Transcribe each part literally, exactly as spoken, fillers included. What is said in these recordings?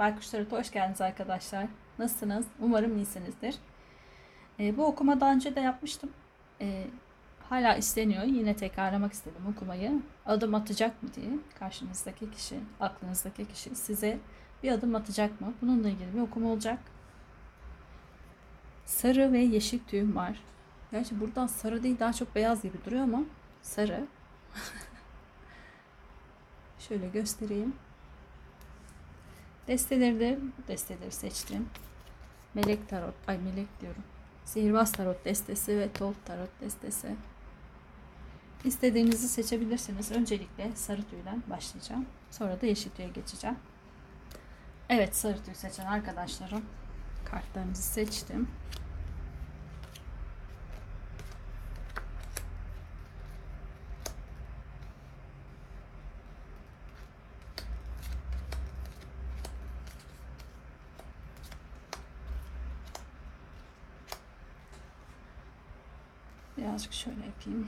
Baykuş Tarot'a hoş geldiniz arkadaşlar. Nasılsınız? Umarım iyisinizdir. E, bu okuma daha önce de yapmıştım. E, hala isteniyor. Yine tekrarlamak istedim okumayı. Adım atacak mı diye. Karşınızdaki kişi, aklınızdaki kişi size bir adım atacak mı? Bununla ilgili bir okuma olacak. Sarı ve yeşil tüyüm var. Gerçi buradan sarı değil, daha çok beyaz gibi duruyor ama sarı. Şöyle göstereyim. Desteleri de bu desteleri seçtim. Melek tarot, ay melek diyorum. Sihirbaz tarot destesi ve Tolt tarot destesi. İstediğinizi seçebilirsiniz. Öncelikle sarı tüyden başlayacağım. Sonra da yeşil tüye geçeceğim. Evet, sarı tüy seçen arkadaşlarım, kartlarınızı seçtim. Birazcık şöyle yapayım.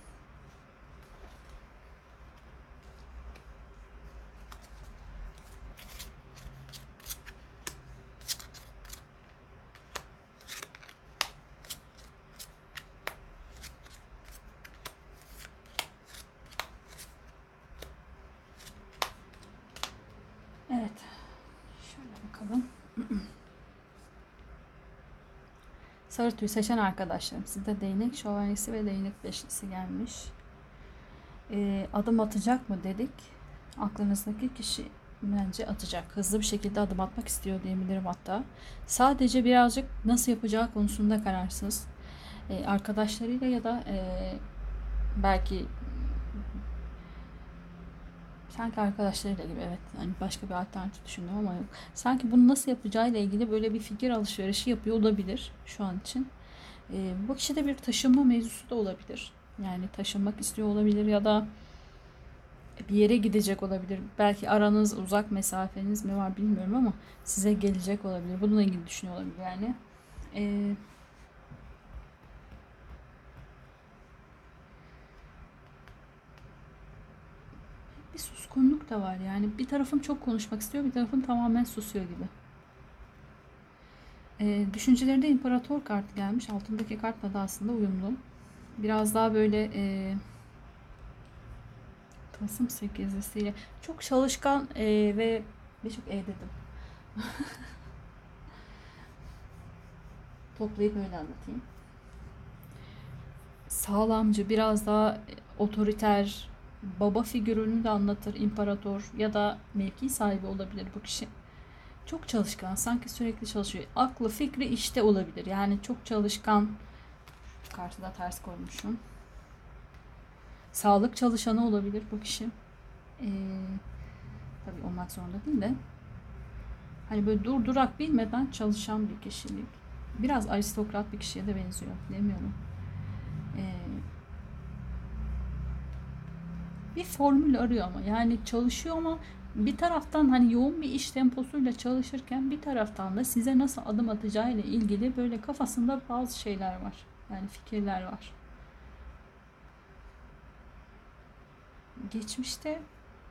Evet. Şöyle bakalım. Sarı tüy seçen arkadaşlarım, size değnek şövalyesi ve değnek beşlisi gelmiş. Ee, adım atacak mı dedik. Aklınızdaki kişi bence atacak. Hızlı bir şekilde adım atmak istiyor diyebilirim hatta. Sadece birazcık nasıl yapacağı konusunda kararsız. Ee, arkadaşlarıyla ya da e, belki sanki arkadaşlarıyla gibi, evet. Yani başka bir alternatif düşündüm ama yok. Sanki bunu nasıl yapacağıyla ilgili böyle bir fikir alışverişi yapıyor olabilir şu an için. Ee, bu kişide bir taşınma mevzusu da olabilir. Yani taşınmak istiyor olabilir ya da bir yere gidecek olabilir. Belki aranız uzak mesafeniz mi var bilmiyorum ama size gelecek olabilir. Bununla ilgili düşünüyor olabilir yani. Ee, bir suskunluk da var yani. Bir tarafım çok konuşmak istiyor, bir tarafım tamamen susuyor gibi. Ee, düşüncelerinde imparator kartı gelmiş. Altındaki kartla da aslında uyumlu. Biraz daha böyle e, Tılsım sekizlisiyle çok çalışkan e, ve birçok E dedim. Toplayıp öyle anlatayım. Sağlamcı, biraz daha e, otoriter, baba figürünü de anlatır, imparator ya da mevki sahibi olabilir bu kişi. Çok çalışkan, sanki sürekli çalışıyor. Aklı, fikri işte olabilir. Yani çok çalışkan. Karşıda ters koymuşum. Sağlık çalışanı olabilir bu kişi. Ee, tabii olmak zorunda değil de. Hani böyle dur durak bilmeden çalışan bir kişilik. Biraz aristokrat bir kişiye de benziyor. Bilemiyorum. Ee, bir formül arıyor ama. Yani çalışıyor ama bir taraftan hani yoğun bir iş temposuyla çalışırken bir taraftan da size nasıl adım atacağı ile ilgili böyle kafasında bazı şeyler var. Yani fikirler var. Geçmişte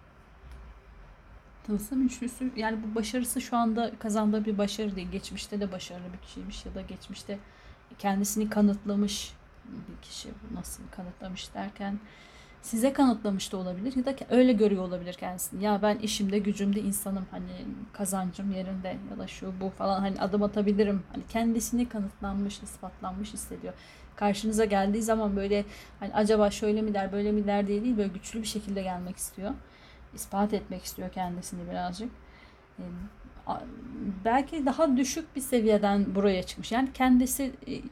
tılsım üçlüsü, yani bu başarısı şu anda kazandığı bir başarı değil. Geçmişte de başarılı bir kişiymiş ya da geçmişte kendisini kanıtlamış bir kişi. Nasıl kanıtlamış derken size kanıtlamış da olabilir ya da öyle görüyor olabilir kendisini. Ya ben işimde gücümde insanım, hani kazancım yerinde ya da şu bu falan, hani adım atabilirim. Hani kendisini kanıtlanmış, ispatlanmış hissediyor. Karşınıza geldiği zaman böyle hani acaba şöyle mi der böyle mi der diye değil, böyle güçlü bir şekilde gelmek istiyor. İspat etmek istiyor kendisini birazcık. Ee, belki daha düşük bir seviyeden buraya çıkmış. Yani kendisi e, e,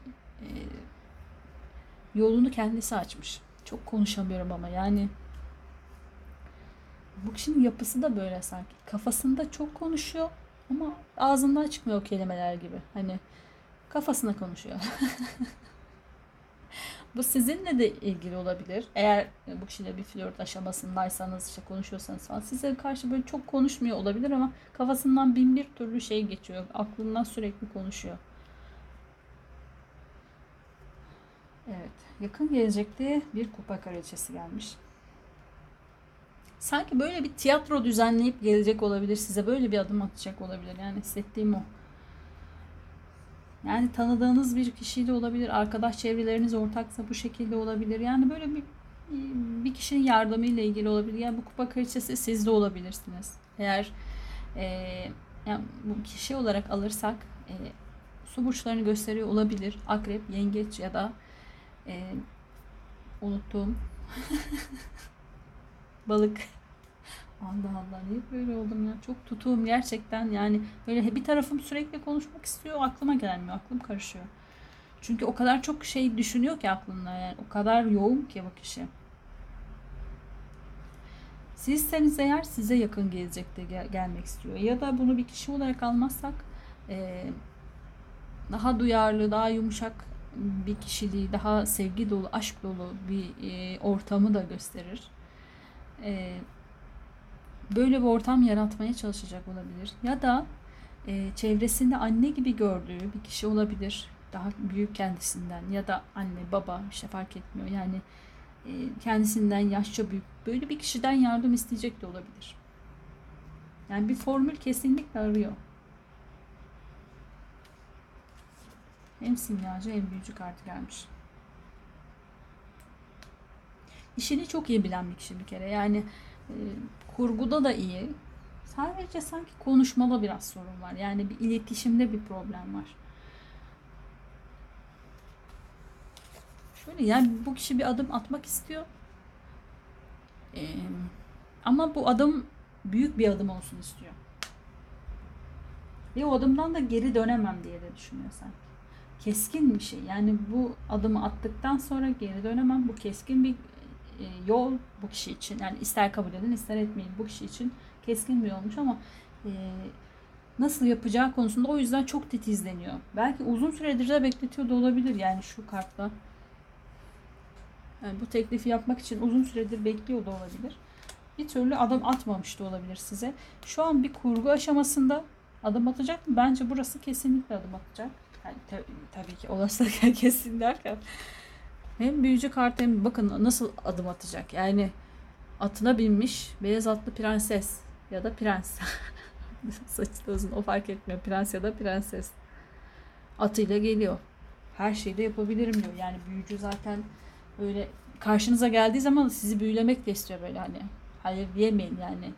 yolunu kendisi açmış. Çok konuşamıyorum ama yani bu kişinin yapısı da böyle sanki. Kafasında çok konuşuyor ama ağzından çıkmıyor o kelimeler gibi. Hani kafasına konuşuyor. Bu sizinle de ilgili olabilir. Eğer bu kişiyle bir flört aşamasındaysanız, işte konuşuyorsanız falan, size karşı böyle çok konuşmuyor olabilir ama kafasından bin bir türlü şey geçiyor. Aklından sürekli konuşuyor. Evet. Yakın gelecekte bir kupa kraliçesi gelmiş. Sanki böyle bir tiyatro düzenleyip gelecek olabilir size. Böyle bir adım atacak olabilir. Yani hissettiğim o. Yani tanıdığınız bir kişiyle olabilir. Arkadaş çevreleriniz ortaksa bu şekilde olabilir. Yani böyle bir bir kişinin yardımıyla ilgili olabilir. Yani bu kupa kraliçesi siz de olabilirsiniz. Eğer e, yani bu kişi olarak alırsak e, su burçlarını gösteriyor olabilir. Akrep, yengeç ya da e, unuttuğum balık. Allah Allah, niye böyle oldum ya? Çok tutuğum gerçekten, yani böyle bir tarafım sürekli konuşmak istiyor, aklıma gelmiyor, aklım karışıyor. Çünkü o kadar çok şey düşünüyor ki aklında, yani o kadar yoğun ki bu kişi. Sizseniz eğer size yakın gelecekte gel- gelmek istiyor. Ya da bunu bir kişi olarak almazsak e, daha duyarlı, daha yumuşak bir kişiliği, daha sevgi dolu, aşk dolu bir e, ortamı da gösterir. E, Böyle bir ortam yaratmaya çalışacak olabilir. Ya da e, çevresinde anne gibi gördüğü bir kişi olabilir. Daha büyük kendisinden, ya da anne, baba, işte fark etmiyor. Yani e, kendisinden yaşça büyük böyle bir kişiden yardım isteyecek de olabilir. Yani bir formül kesinlikle arıyor. Hem simyacı hem büyücü kartı gelmiş. İşini çok iyi bilen bir kişi bir kere. Yani e, kurguda da iyi. Sadece sanki konuşmada biraz sorun var. Yani bir iletişimde bir problem var. Şöyle, yani bu kişi bir adım atmak istiyor. E, Ama bu adım büyük bir adım olsun istiyor. Ve o adımdan da geri dönemem diye de düşünüyor sanki. Keskin bir şey. Yani bu adımı attıktan sonra geri dönemem. Bu keskin bir e, yol bu kişi için. Yani ister kabul edin ister etmeyin. Bu kişi için keskin bir yolmuş ama e, nasıl yapacağı konusunda o yüzden çok titizleniyor. Belki uzun süredir de bekletiyor da olabilir yani şu kartla. Yani bu teklifi yapmak için uzun süredir bekliyor da olabilir. Bir türlü adım atmamış da olabilir size. Şu an bir kurgu aşamasında adım atacak mı? Bence burası kesinlikle adım atacak. Yani tab- tabii ki olası kesin derken. Hem büyücü kart hem bakın nasıl adım atacak. Yani atına binmiş beyaz atlı prenses ya da prens. Saçı da uzun, o fark etmiyor. Prens ya da prenses. Atıyla geliyor. Her şeyi de yapabilirim diyor. Yani büyücü zaten öyle karşınıza geldiği zaman sizi büyülemek de istiyor böyle, hani. Hayır diyemeyin yani.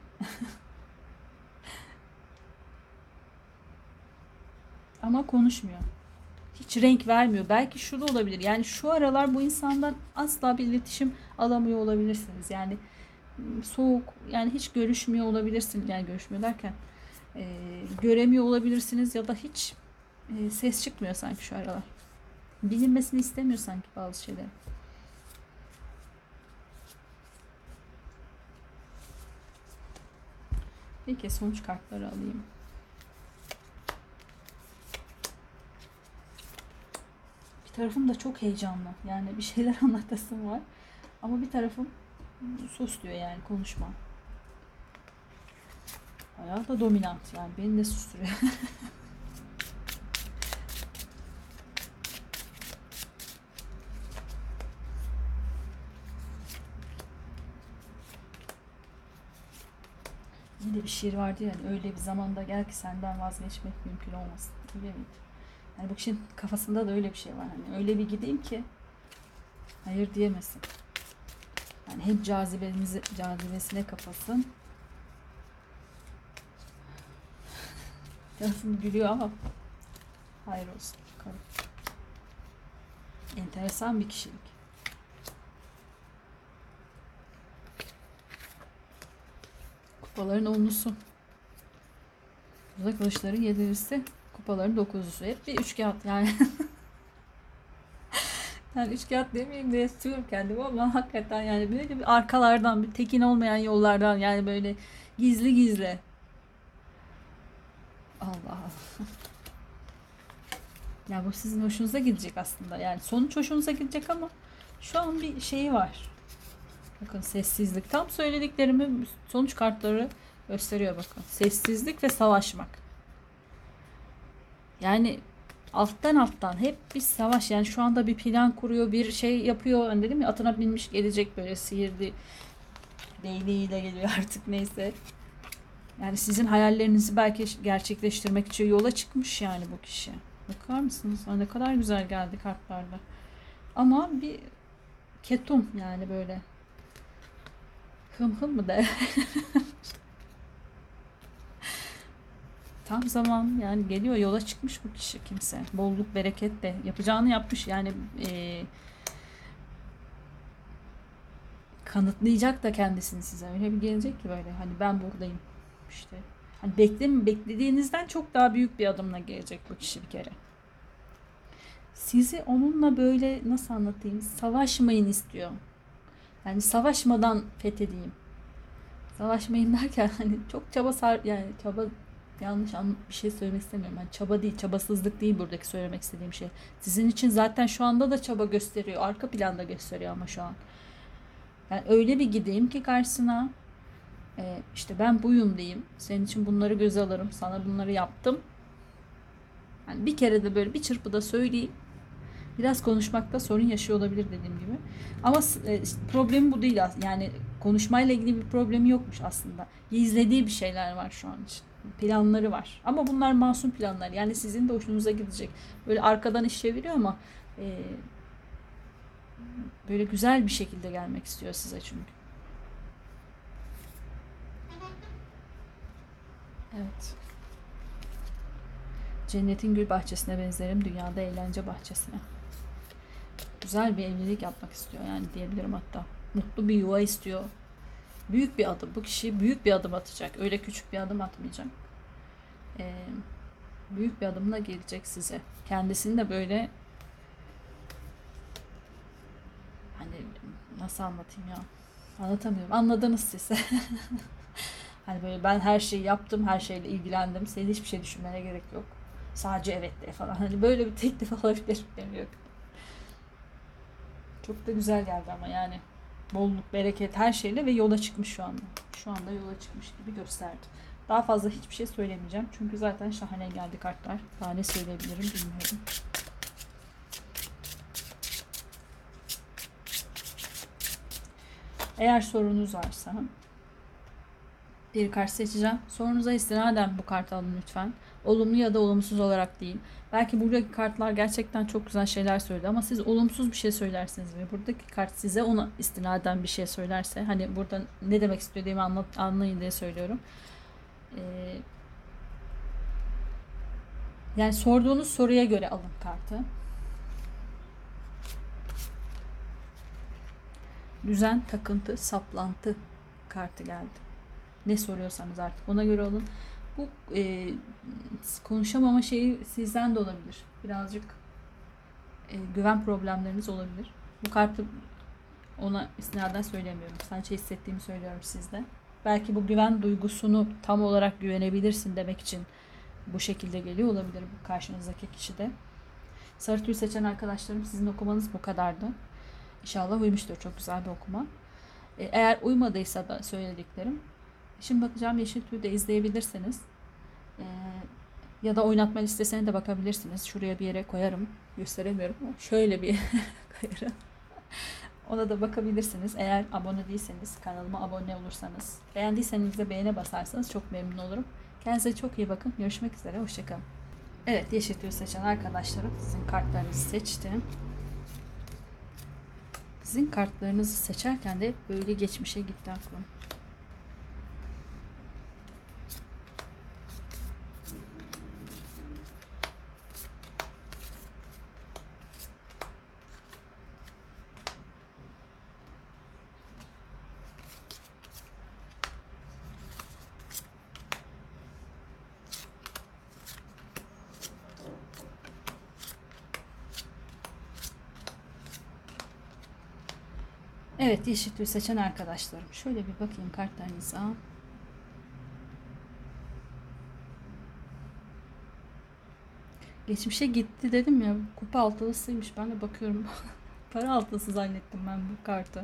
Ama konuşmuyor. Hiç renk vermiyor. Belki şu da olabilir. Yani şu aralar bu insandan asla bir iletişim alamıyor olabilirsiniz. Yani soğuk, yani hiç görüşmüyor olabilirsiniz. Yani görüşmüyor derken e, göremiyor olabilirsiniz ya da hiç e, ses çıkmıyor sanki şu aralar. Bilinmesini istemiyor sanki bazı şeyler. Peki sonuç kartları alayım. Bir tarafım da çok heyecanlı. Yani bir şeyler anlatasım var. Ama bir tarafım sus diyor, yani konuşma. Bayağı da dominant, yani beni de susturuyor. Yine bir şiir vardı yani, öyle bir zamanda gel ki senden vazgeçmek mümkün olmasın. Öyle miydi? Yani bu kişinin kafasında da öyle bir şey var. Hani öyle bir gideyim ki hayır diyemesin. Yani hep cazibemizi, cazibesine kapasın. Tarafım gülüyor ama hayır olsun. Bakalım. Enteresan bir kişilik. Kupaların onlusu. Burada kılıçların yedilisi. Kupaların dokuzlusu. Hep bir üçkağıt yani. Yani üçkağıt demeyeyim diye istiyorum kendimi ama hakikaten yani böyle bir arkalardan, bir tekin olmayan yollardan, yani böyle gizli gizli. Allah Allah. Ya bu sizin hoşunuza gidecek aslında. Yani sonuç hoşunuza gidecek ama şu an bir şeyi var. Bakın sessizlik. Tam söylediklerimi sonuç kartları gösteriyor bakın. Sessizlik ve savaşmak. Yani alttan alttan hep bir savaş. Yani şu anda bir plan kuruyor, bir şey yapıyor. Hani dedim ya, atına binmiş gelecek böyle sihirli değneğiyle geliyor artık, neyse. Yani sizin hayallerinizi belki gerçekleştirmek için yola çıkmış yani bu kişi. Bakar mısınız? Ne kadar güzel geldi kartlarla. Ama bir ketum yani, böyle hım hım mı de. Tam zaman yani, geliyor, yola çıkmış bu kişi, kimse. Bolluk bereket de yapacağını yapmış yani, e, kanıtlayacak da kendisini size. Öyle bir gelecek ki böyle, hani ben buradayım işte. Hani beklem beklediğinizden çok daha büyük bir adımla gelecek bu kişi bir kere. Sizi onunla böyle, nasıl anlatayım, savaşmayın istiyor. Yani savaşmadan fethedeyim. Savaşmayın derken hani çok çaba sar yani çaba, yanlış bir şey söylemek istemiyorum. Yani çaba değil, çabasızlık değil buradaki söylemek istediğim şey. Sizin için zaten şu anda da çaba gösteriyor. Arka planda gösteriyor ama şu an. Yani öyle bir gideyim ki karşısına, e, işte ben buyum diyeyim. Senin için bunları göze alırım. Sana bunları yaptım. Yani bir kere de böyle bir çırpıda söyleyeyim. Biraz konuşmakta sorun yaşıyor olabilir dediğim gibi. Ama e, işte problemi bu değil aslında. Yani konuşmayla ilgili bir problemi yokmuş aslında. Gizlediği bir şeyler var şu an için. Planları var. Ama bunlar masum planlar. Yani sizin de hoşunuza gidecek. Böyle arkadan iş çeviriyor ama e, böyle güzel bir şekilde gelmek istiyor size çünkü. Evet. Cennetin gül bahçesine benzerim. Dünyada eğlence bahçesine. Güzel bir evlilik yapmak istiyor yani, diyebilirim hatta. Mutlu bir yuva istiyor. Büyük bir adım. Bu kişi büyük bir adım atacak. Öyle küçük bir adım atmayacak. Ee, büyük bir adımla gelecek size. Kendisini de böyle, hani nasıl anlatayım ya? Anlatamıyorum. Anladınız siz. Hani böyle, ben her şeyi yaptım, her şeyle ilgilendim. Senin hiçbir şey düşünmene gerek yok. Sadece evet de falan. Hani böyle bir teklif olabilir. Bilmiyorum. Çok da güzel geldi ama yani. Bolluk, bereket, her şeyle ve yola çıkmış şu anda. Şu anda yola çıkmış gibi gösterdi. Daha fazla hiçbir şey söylemeyeceğim. Çünkü zaten şahane geldi kartlar. Daha ne söyleyebilirim bilmiyorum. Eğer sorunuz varsa bir kart seçeceğim. Sorunuza istinaden bu kartı alın lütfen. Olumlu ya da olumsuz olarak değil. Belki buradaki kartlar gerçekten çok güzel şeyler söyledi ama siz olumsuz bir şey söylersiniz ve buradaki kart size ona istinaden bir şey söylerse, hani burada ne demek istediğimi anlat, anlayın diye söylüyorum. Ee, yani sorduğunuz soruya göre alın kartı. Düzen, takıntı, saplantı kartı geldi. Ne soruyorsanız artık ona göre alın. Bu e, konuşamama şeyi sizden de olabilir. Birazcık e, güven problemleriniz olabilir. Bu kartı ona istinaden söylemiyorum. Sadece hissettiğimi söylüyorum sizde. Belki bu güven duygusunu tam olarak güvenebilirsin demek için bu şekilde geliyor olabilir bu karşınızdaki kişi de. Sarı tül seçen arkadaşlarım, sizin okumanız bu kadardı. İnşallah uymuştur. Çok güzel bir okuma. E, eğer uymadıysa da söylediklerim, şimdi bakacağım, yeşil tüyü de izleyebilirsiniz. Ee, ya da oynatma listesine de bakabilirsiniz. Şuraya bir yere koyarım. Gösteremiyorum ama şöyle bir koyarım. Ona da bakabilirsiniz. Eğer abone değilseniz, kanalıma abone olursanız, beğendiyseniz de beğene basarsanız çok memnun olurum. Kendinize çok iyi bakın. Görüşmek üzere. Hoşçakalın. Evet, yeşil tüyü seçen arkadaşlarım, sizin kartlarınızı seçtim. Sizin kartlarınızı seçerken de böyle geçmişe gitti aklım. Evet, yeşil tüy seçen arkadaşlarım. Şöyle bir bakayım kartlarınıza. Geçmişe gitti dedim ya. Kupa altılısıymış. Ben de bakıyorum. Para altılısı zannettim ben bu kartı.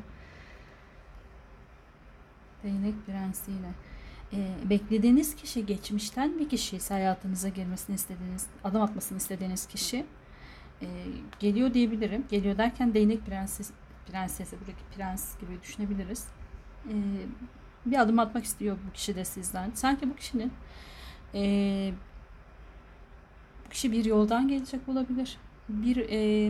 Değnek prensiyle. Ee, beklediğiniz kişi geçmişten bir kişi ise, hayatınıza girmesini istediğiniz, adım atmasını istediğiniz kişi e, geliyor diyebilirim. Geliyor derken değnek prenses, prensesi, buradaki prens gibi düşünebiliriz. e, bir adım atmak istiyor bu kişi de sizden. Sanki bu kişinin e, bu kişi bir yoldan gelecek olabilir. Bir e,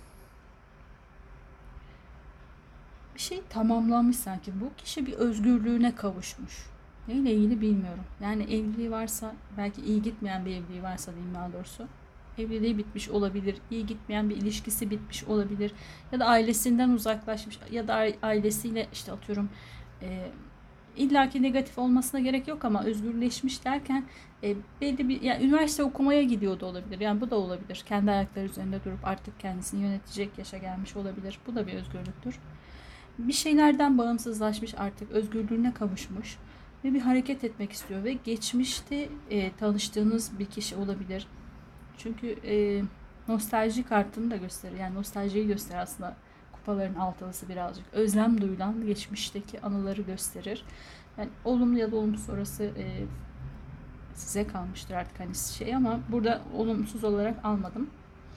bir şey tamamlanmış sanki. Bu kişi bir özgürlüğüne kavuşmuş. Neyle ilgili bilmiyorum. Yani evliliği varsa, belki iyi gitmeyen bir evliliği varsa diyeyim daha doğrusu. Evliliği bitmiş olabilir. İyi gitmeyen bir ilişkisi bitmiş olabilir. Ya da ailesinden uzaklaşmış. Ya da ailesiyle işte atıyorum e, illaki negatif olmasına gerek yok ama özgürleşmiş derken e, belli bir yani üniversite okumaya gidiyor da olabilir. Yani bu da olabilir. Kendi ayakları üzerinde durup artık kendisini yönetecek yaşa gelmiş olabilir. Bu da bir özgürlüktür. Bir şeylerden bağımsızlaşmış, artık özgürlüğüne kavuşmuş ve bir hareket etmek istiyor ve geçmişte e, tanıştığınız bir kişi olabilir. Çünkü e, nostalji kartını da gösterir. Yani nostaljiyi gösterir aslında, kupaların altılısı birazcık. Özlem duyulan geçmişteki anıları gösterir. Yani olumlu ya da olumsuz, orası e, size kalmıştır artık hani şey, ama burada olumsuz olarak almadım.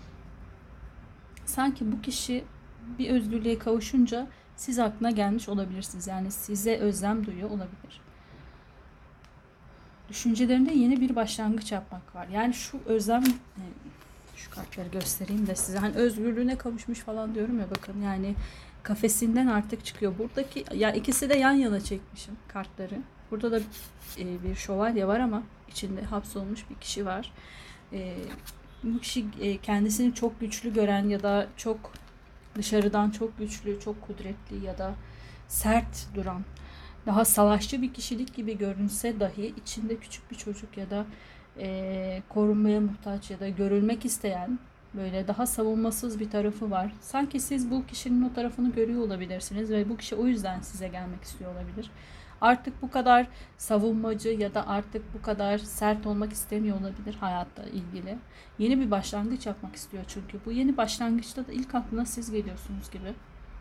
Sanki bu kişi bir özgürlüğe kavuşunca siz aklına gelmiş olabilirsiniz. Yani size özlem duyuyor olabilir. Düşüncelerinde yeni bir başlangıç yapmak var. Yani şu özlem, şu kartları göstereyim de size. Hani özgürlüğüne kavuşmuş falan diyorum ya, bakın yani kafesinden artık çıkıyor. Buradaki ya ikisi de yan yana çekmişim kartları. Burada da e, bir şövalye var ama içinde hapsolmuş bir kişi var. E, bu kişi e, kendisini çok güçlü gören ya da çok dışarıdan çok güçlü, çok kudretli ya da sert duran, daha savaşçı bir kişilik gibi görünse dahi içinde küçük bir çocuk ya da e, korunmaya muhtaç ya da görülmek isteyen, böyle daha savunmasız bir tarafı var. Sanki siz bu kişinin o tarafını görüyor olabilirsiniz ve bu kişi o yüzden size gelmek istiyor olabilir. Artık bu kadar savunmacı ya da artık bu kadar sert olmak istemiyor olabilir hayatta ilgili. Yeni bir başlangıç yapmak istiyor çünkü. Bu yeni başlangıçta da ilk aklına siz geliyorsunuz gibi.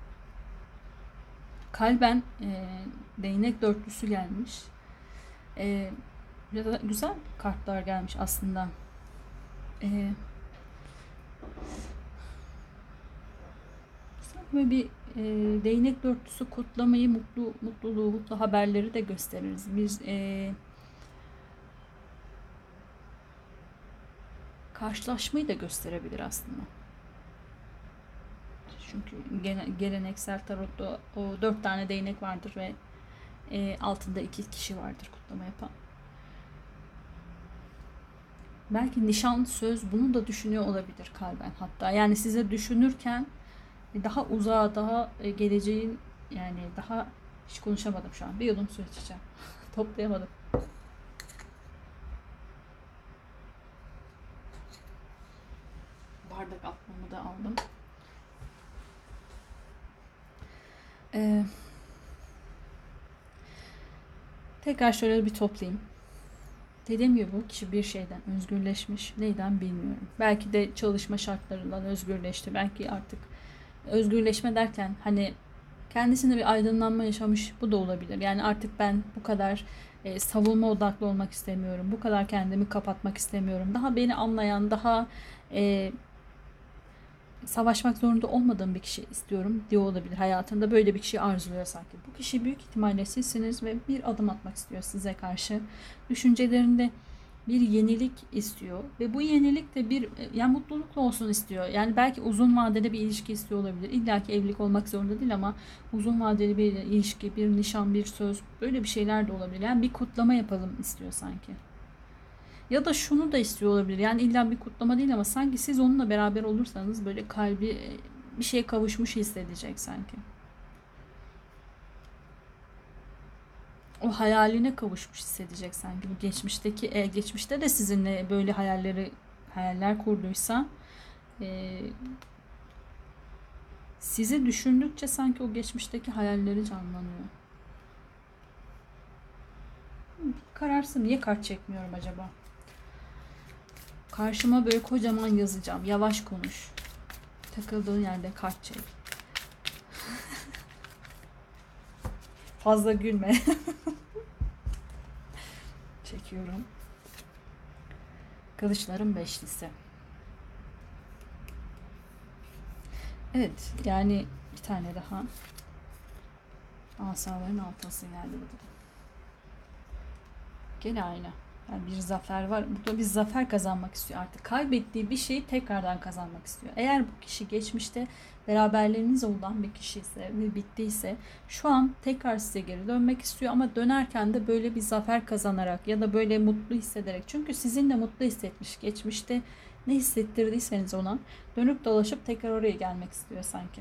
Kalben e, değnek dörtlüsü gelmiş. E, ya da güzel kartlar gelmiş aslında. E, Böyle bir e, değnek dörtlüsü kutlamayı, mutlu mutluluğu, mutlu haberleri de gösteririz. Biz e, karşılaşmayı da gösterebilir aslında. Çünkü geleneksel tarotta o dört tane değnek vardır ve e, altında iki kişi vardır kutlama yapan. Belki nişan, söz, bunu da düşünüyor olabilir kalben hatta. Yani size düşünürken daha uzağa, daha e, geleceğin, yani daha, hiç konuşamadım şu an. Bir yudum su içeceğim. Toplayamadım. Bardak atmamı da aldım. Ee, tekrar şöyle bir toplayayım. Dediğim gibi bu kişi bir şeyden özgürleşmiş. Neyden bilmiyorum. Belki de çalışma şartlarından özgürleşti. Belki artık özgürleşme derken hani kendisinde bir aydınlanma yaşamış, bu da olabilir. Yani artık ben bu kadar e, savunma odaklı olmak istemiyorum. Bu kadar kendimi kapatmak istemiyorum. Daha beni anlayan, daha e, savaşmak zorunda olmadığım bir kişi istiyorum diyor olabilir. Hayatında böyle bir kişi arzuluyor sanki. Bu kişi büyük ihtimalle sizsiniz ve bir adım atmak istiyor size karşı. Düşüncelerinde bir yenilik istiyor ve bu yenilik de bir yani mutlulukla olsun istiyor. Yani belki uzun vadeli bir ilişki istiyor olabilir. İlla ki evlilik olmak zorunda değil ama uzun vadeli bir ilişki, bir nişan, bir söz, böyle bir şeyler de olabilir. Yani bir kutlama yapalım istiyor sanki. Ya da şunu da istiyor olabilir. Yani illa bir kutlama değil ama sanki siz onunla beraber olursanız böyle kalbi bir şeye kavuşmuş hissedecek sanki. O hayaline kavuşmuş hissedecek sanki. Bu geçmişteki e, geçmişte de sizinle böyle hayalleri hayaller kurduysa e, sizi düşündükçe sanki o geçmişteki hayalleri canlanıyor. Kararsın, niye kart çekmiyorum acaba? Karşıma böyle kocaman yazacağım. Yavaş konuş. Takıldığın yerde kart çek. Fazla gülme. Çekiyorum. Kılıçların beşlisi. Evet, yani bir tane daha. Asaların altısı geldi burada da. Gene aynı. Yani bir zafer var. Burada bir zafer kazanmak istiyor artık. Kaybettiği bir şeyi tekrardan kazanmak istiyor. Eğer bu kişi geçmişte beraberliğiniz olan bir kişi ise ve bittiyse şu an tekrar size geri dönmek istiyor ama dönerken de böyle bir zafer kazanarak ya da böyle mutlu hissederek. Çünkü sizinle mutlu hissetmiş. Geçmişte ne hissettirdiyseniz ona dönüp dolaşıp tekrar oraya gelmek istiyor sanki.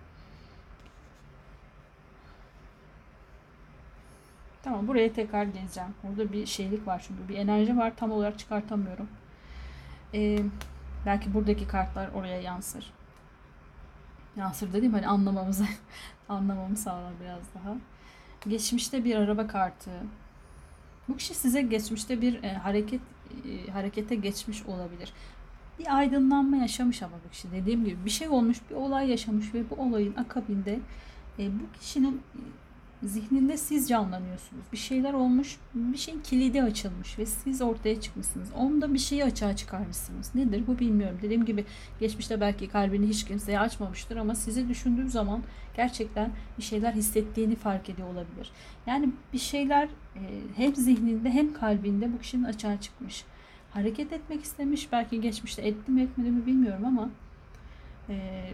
Tamam, buraya tekrar geleceğim. Orada bir şeylik var çünkü. Bir enerji var. Tam olarak çıkartamıyorum. Ee, belki buradaki kartlar oraya yansır. Yansır dediğim hani anlamamızı anlamamı sağlar biraz daha. Geçmişte bir araba kartı. Bu kişi size geçmişte bir e, hareket e, harekete geçmiş olabilir. Bir aydınlanma yaşamış ama bu kişi dediğim gibi bir şey olmuş, bir olay yaşamış ve bu olayın akabinde e, bu kişinin zihninde siz canlanıyorsunuz. Bir şeyler olmuş, bir şeyin kilidi açılmış ve siz ortaya çıkmışsınız. Onda bir şeyi açığa çıkarmışsınız. Nedir bu bilmiyorum. Dediğim gibi geçmişte belki kalbini hiç kimseye açmamıştır ama sizi düşündüğü zaman gerçekten bir şeyler hissettiğini fark ediyor olabilir. Yani bir şeyler hem zihninde hem kalbinde bu kişinin açığa çıkmış. Hareket etmek istemiş. Belki geçmişte etti mi etmedi mi bilmiyorum ama eee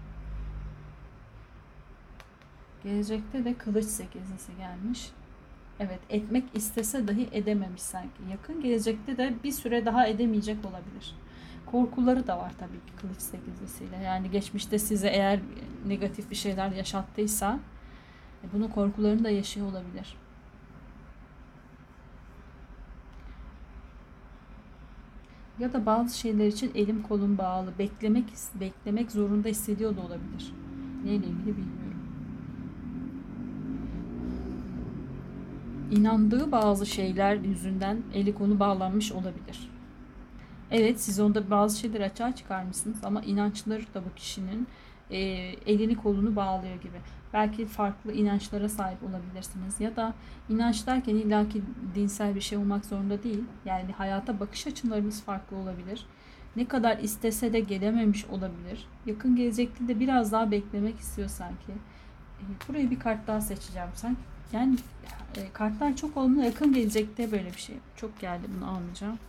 gelecekte de kılıç sekizlisi gelmiş. Evet, etmek istese dahi edememiş sanki. Yakın gelecekte de bir süre daha edemeyecek olabilir. Korkuları da var tabii ki kılıç sekizlisiyle. Yani geçmişte size eğer negatif bir şeyler yaşattıysa bunun korkularını da yaşıyor olabilir. Ya da bazı şeyler için elim kolum bağlı, beklemek beklemek zorunda hissediyor da olabilir. Neyle ilgili bilmiyorum. İnandığı bazı şeyler yüzünden eli kolu bağlanmış olabilir. Evet, siz onda bazı şeyleri açığa çıkarmışsınız ama inançları da bu kişinin e, elini kolunu bağlıyor gibi. Belki farklı inançlara sahip olabilirsiniz ya da inanç derken illaki dinsel bir şey olmak zorunda değil. Yani hayata bakış açılarınız farklı olabilir. Ne kadar istese de gelememiş olabilir. Yakın gelecekte de biraz daha beklemek istiyor sanki. E, buraya bir kart daha seçeceğim sanki. Yani e, kartlar çok olumlu, yakın gelecekte böyle bir şey. Çok geldi, bunu almayacağım.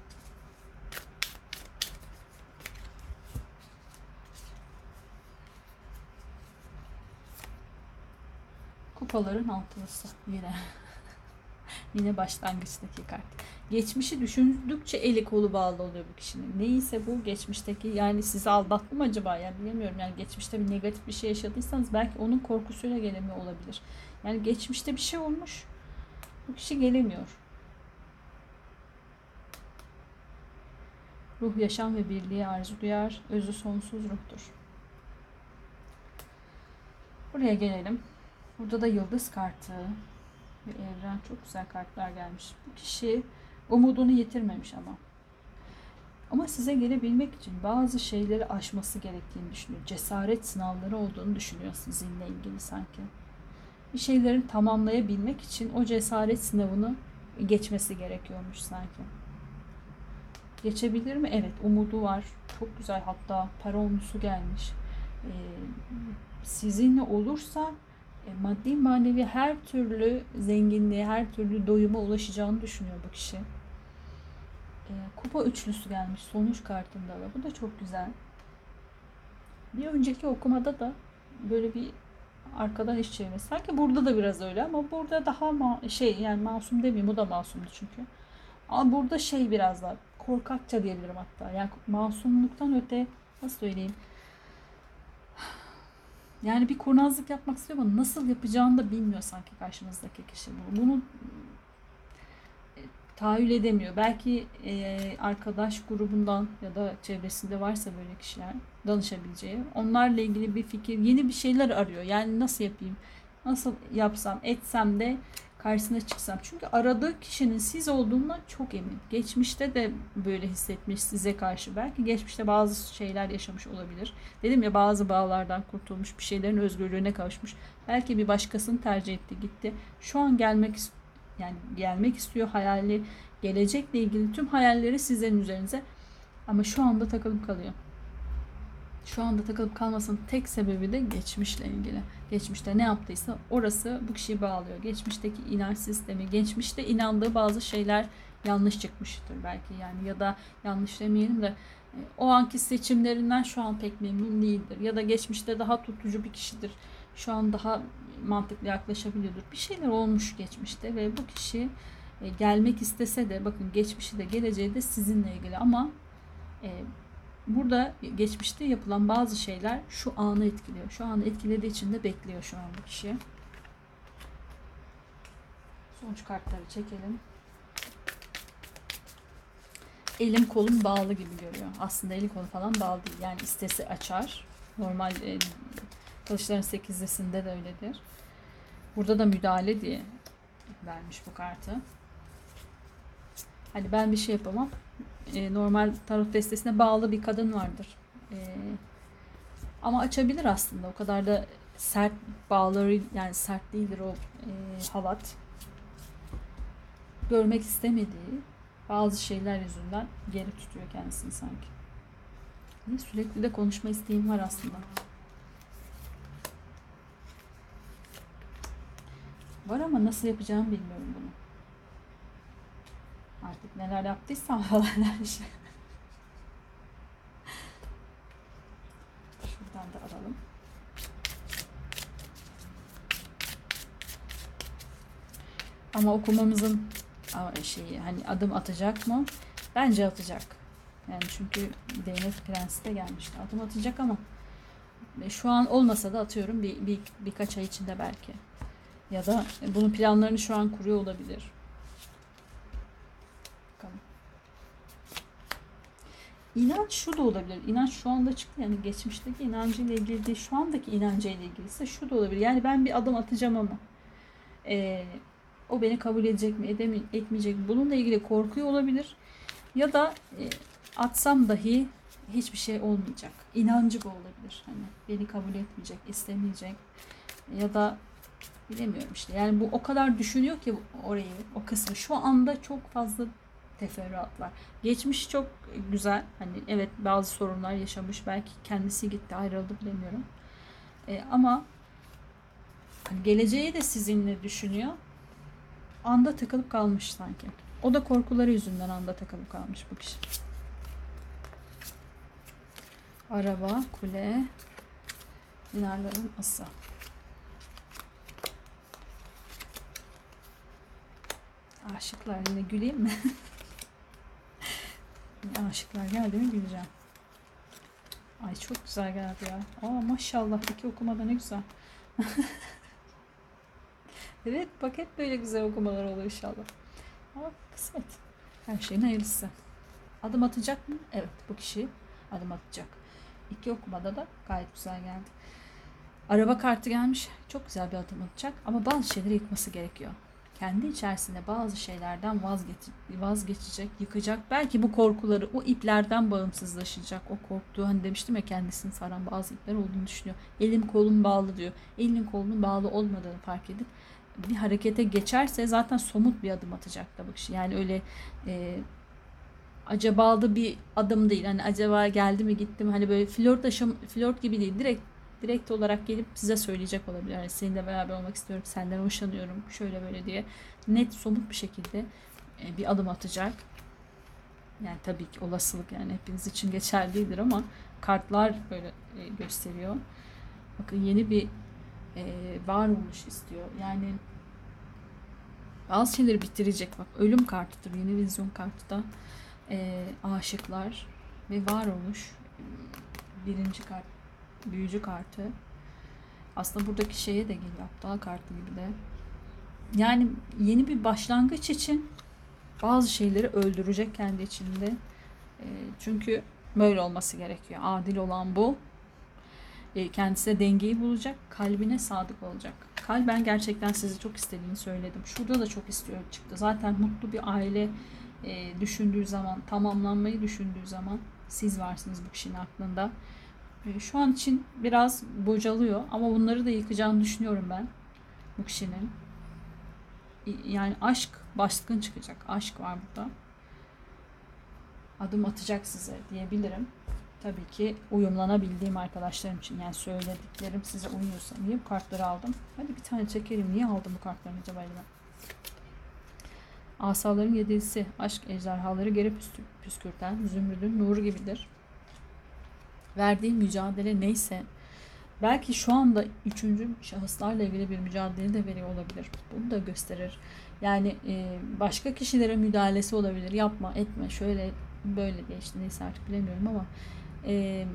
Kupaların altılısı yine. Yine başlangıçtaki kart. Geçmişi düşündükçe eli kolu bağlı oluyor bu kişinin. Neyse bu geçmişteki, yani sizi aldattı mı acaba? Yani bilemiyorum. Yani geçmişte bir negatif bir şey yaşadıysanız belki onun korkusuyla gelemiyor olabilir. Yani geçmişte bir şey olmuş. Bu kişi gelemiyor. Ruh yaşam ve birliği arzu duyar. Özü sonsuz ruhtur. Buraya gelelim. Burada da yıldız kartı ve evren, çok güzel kartlar gelmiş. Bu kişi umudunu yitirmemiş ama. Ama size gelebilmek için bazı şeyleri aşması gerektiğini düşünüyor. Cesaret sınavları olduğunu düşünüyor sizinle ilgili sanki. Bir şeyleri tamamlayabilmek için o cesaret sınavını geçmesi gerekiyormuş sanki. Geçebilir mi? Evet, umudu var. Çok güzel, hatta para olmusu gelmiş. Ee, sizinle olursa maddi manevi her türlü zenginliğe, her türlü doyuma ulaşacağını düşünüyor bu kişi. E, kupa üçlüsü gelmiş sonuç kartında da. Bu da çok güzel. Bir önceki okumada da böyle bir arkadan iş çevirmesi. Sanki burada da biraz öyle ama burada daha ma- şey, yani masum demeyeyim, o da masumdu çünkü. Ama burada şey biraz daha korkakça diyebilirim hatta. Yani masumluktan öte, nasıl söyleyeyim? Yani bir kurnazlık yapmak istiyor ama nasıl yapacağını da bilmiyor sanki karşınızdaki kişi. Bunu e, tahayyül edemiyor. Belki e, arkadaş grubundan ya da çevresinde varsa böyle kişiler danışabileceği, onlarla ilgili bir fikir, yeni bir şeyler arıyor. Yani nasıl yapayım, nasıl yapsam, etsem de karşısına çıksam. Çünkü aradığı kişinin siz olduğundan çok emin. Geçmişte de böyle hissetmiş size karşı. Belki geçmişte bazı şeyler yaşamış olabilir. Dedim ya, bazı bağlardan kurtulmuş, bir şeylerin özgürlüğüne kavuşmuş. Belki bir başkasını tercih etti, gitti. Şu an gelmek yani gelmek istiyor, hayali, gelecekle ilgili tüm hayalleri sizlerin üzerinize. Ama şu anda takılıp kalıyor. Şu anda takılıp kalmasının tek sebebi de geçmişle ilgili. Geçmişte ne yaptıysa orası bu kişiyi bağlıyor. Geçmişteki inanç sistemi, geçmişte inandığı bazı şeyler yanlış çıkmıştır belki yani, ya da yanlış demeyelim de o anki seçimlerinden şu an pek memnun değildir. Ya da geçmişte daha tutucu bir kişidir. Şu an daha mantıklı yaklaşabiliyordur. Bir şeyler olmuş geçmişte ve bu kişi gelmek istese de, bakın geçmişi de geleceği de sizinle ilgili, ama burada geçmişte yapılan bazı şeyler şu anı etkiliyor. Şu anı etkilediği için de bekliyor şu an bu kişi. Sonuç kartları çekelim. Elim kolum bağlı gibi görüyor. Aslında eli kolu falan bağlı değil. Yani istese açar. Normal e, Kılıçların sekizlisinde de öyledir. Burada da müdahale diye vermiş bu kartı. Hani ben bir şey yapamam. E, normal tarot destesine bağlı bir kadın vardır. E, ama açabilir aslında. O kadar da sert bağları, yani sert değildir o e, halat. Görmek istemediği bazı şeyler yüzünden geri tutuyor kendisini sanki. Sürekli de konuşma isteğim var aslında. Var ama nasıl yapacağımı bilmiyorum bunu. Artık neler yaptıysam falan her şey. Şuradan da alalım. Ama okumamızın şeyi, hani adım atacak mı? Bence atacak. Yani çünkü değnek prensi de gelmişti. Adım atacak ama şu an olmasa da atıyorum bir, bir birkaç ay içinde belki. Ya da bunun planlarını şu an kuruyor olabilir. Bakalım. İnanç şu da olabilir. İnanç şu anda çıktı. Yani geçmişteki inancıyla ilgili değil, şu andaki inancıyla ilgili ise şu da olabilir. Yani ben bir adım atacağım ama e, o beni kabul edecek mi, edeme, etmeyecek mi? Bununla ilgili korkuyor olabilir. Ya da e, atsam dahi hiçbir şey olmayacak. İnancı bu olabilir. Hani beni kabul etmeyecek, istemeyecek. Ya da bilemiyorum işte. Yani bu o kadar düşünüyor ki orayı, o kısmı. Şu anda çok fazla teferruat var. Geçmiş çok güzel. Hani evet, bazı sorunlar yaşamış. Belki kendisi gitti, ayrıldı, bilemiyorum. E, ama hani geleceği de sizinle düşünüyor. Anda takılıp kalmış sanki. O da korkuları yüzünden anda takılıp kalmış bu kişi. Araba, kule, dinarların ası. Aşıklar, yine güleyim mi? Aşıklar geldi mi güleceğim. Ay çok güzel geldi ya. Aa maşallah, iki okumada ne güzel. Evet bak, hep böyle güzel okumalar olur inşallah. Ama kısmet. Her şeyin hayırlısı. Adım atacak mı? Evet, bu kişi adım atacak. İki okumada da gayet güzel geldi. Araba kartı gelmiş. Çok güzel bir adım atacak ama bazı şeyleri yıkması gerekiyor. Kendi içerisinde bazı şeylerden vazgeç, vazgeçecek, yıkacak. Belki bu korkuları, o iplerden bağımsızlaşacak. O korktuğu, hani demiştim ya, kendisini saran bazı ipler olduğunu düşünüyor. Elim kolum bağlı diyor. Elinin kolunun bağlı olmadığını fark edip bir harekete geçerse zaten somut bir adım atacak da bu kişi. Yani öyle e, acabalı bir adım değil. Hani acaba geldi mi gitti mi, hani böyle flört aşam flört gibi değil. Direkt direkt olarak gelip size söyleyecek olabilir. Yani seninle beraber olmak istiyorum, senden hoşlanıyorum, şöyle böyle diye net, somut bir şekilde bir adım atacak. Yani tabii ki olasılık, yani hepiniz için geçerli değildir ama kartlar böyle gösteriyor. Bakın yeni bir varoluş istiyor. Yani bazı şeyleri bitirecek. Bak, ölüm kartıdır. Yeni vizyon kartı da aşıklar ve varoluş. Birinci kart büyücü kartı. Aslında buradaki şeye de geliyor. Aptal kartı gibi de. Yani yeni bir başlangıç için bazı şeyleri öldürecek kendi içinde. E, çünkü böyle olması gerekiyor. Adil olan bu. E, kendisine dengeyi bulacak. Kalbine sadık olacak. Kalben gerçekten sizi çok istediğini söyledim. Şurada da çok istiyor çıktı. Zaten mutlu bir aile e, düşündüğü zaman, tamamlanmayı düşündüğü zaman siz varsınız bu kişinin aklında. Şu an için biraz bocalıyor ama bunları da yıkacağını düşünüyorum ben bu kişinin. Yani aşk baskın çıkacak. Aşk var burada. Adım atacak size diyebilirim. tabii ki uyumlanabildiğim arkadaşlarım için, yani söylediklerim size uyuyorsa. Niye bu kartları aldım? Hadi bir tane çekelim. Niye aldım bu kartları acaba elime? Asaların yedilisi, aşk ejderhaları geri püskürten zümrüdün nuru gibidir. Verdiği mücadele neyse, belki şu anda üçüncü şahıslarla ilgili bir mücadele de veriyor olabilir. Bunu da gösterir. Yani e, başka kişilere müdahalesi olabilir. Yapma, etme, şöyle böyle diye, işte neyse artık bilemiyorum ama e,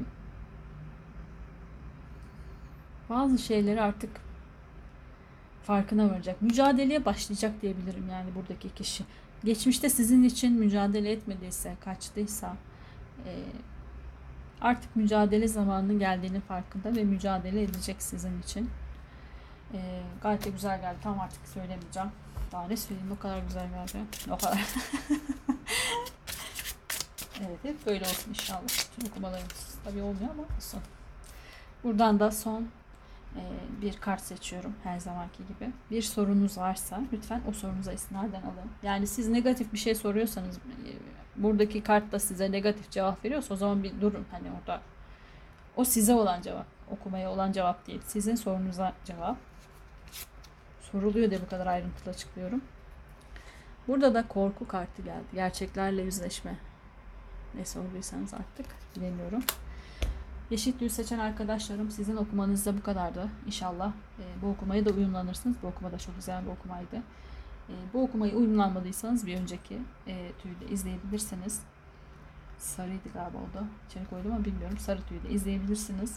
bazı şeyleri artık farkına varacak. Mücadeleye başlayacak diyebilirim yani buradaki kişi. Geçmişte sizin için mücadele etmediyse, kaçtıysa e, artık mücadele zamanının geldiğini farkında ve mücadele edecek sizin için. E, gayet de güzel geldi. Tam artık söylemeyeceğim. Daha ne söyleyeyim, o kadar güzel geldi. O kadar. Evet, hep böyle olsun inşallah. Tüm okumalarımız tabii olmuyor ama olsun. Buradan da son e, bir kart seçiyorum her zamanki gibi. Bir sorunuz varsa lütfen o sorunuza istinaden alın. Yani siz negatif bir şey soruyorsanız, e, buradaki kart da size negatif cevap veriyorsa o zaman bir durun. Hani orada o size olan cevap, okumaya olan cevap değil. Sizin sorunuza cevap. Soruluyor diye bu kadar ayrıntılı açıklıyorum. Burada da korku kartı geldi. Gerçeklerle yüzleşme. Ne sorduysanız artık bilemiyorum. Yeşil tüyü seçen arkadaşlarım, sizin okumanız da bu kadardı. İnşallah e, bu okumaya da uyumlanırsınız. Bu okuma da çok güzel bir okumaydı. E, bu okumayı uyumlanmadıysanız bir önceki e, tüyü de izleyebilirsiniz. Sarıydı galiba o da. İçeri koydum ama bilmiyorum. Sarı tüyü de izleyebilirsiniz.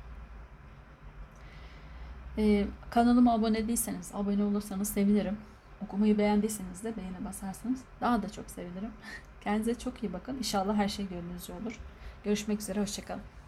E, kanalıma abone değilseniz, abone olursanız sevinirim. Okumayı beğendiyseniz de beğene basarsanız daha da çok sevinirim. Kendinize çok iyi bakın. İnşallah her şey gönlünüzce olur. Görüşmek üzere. Hoşçakalın.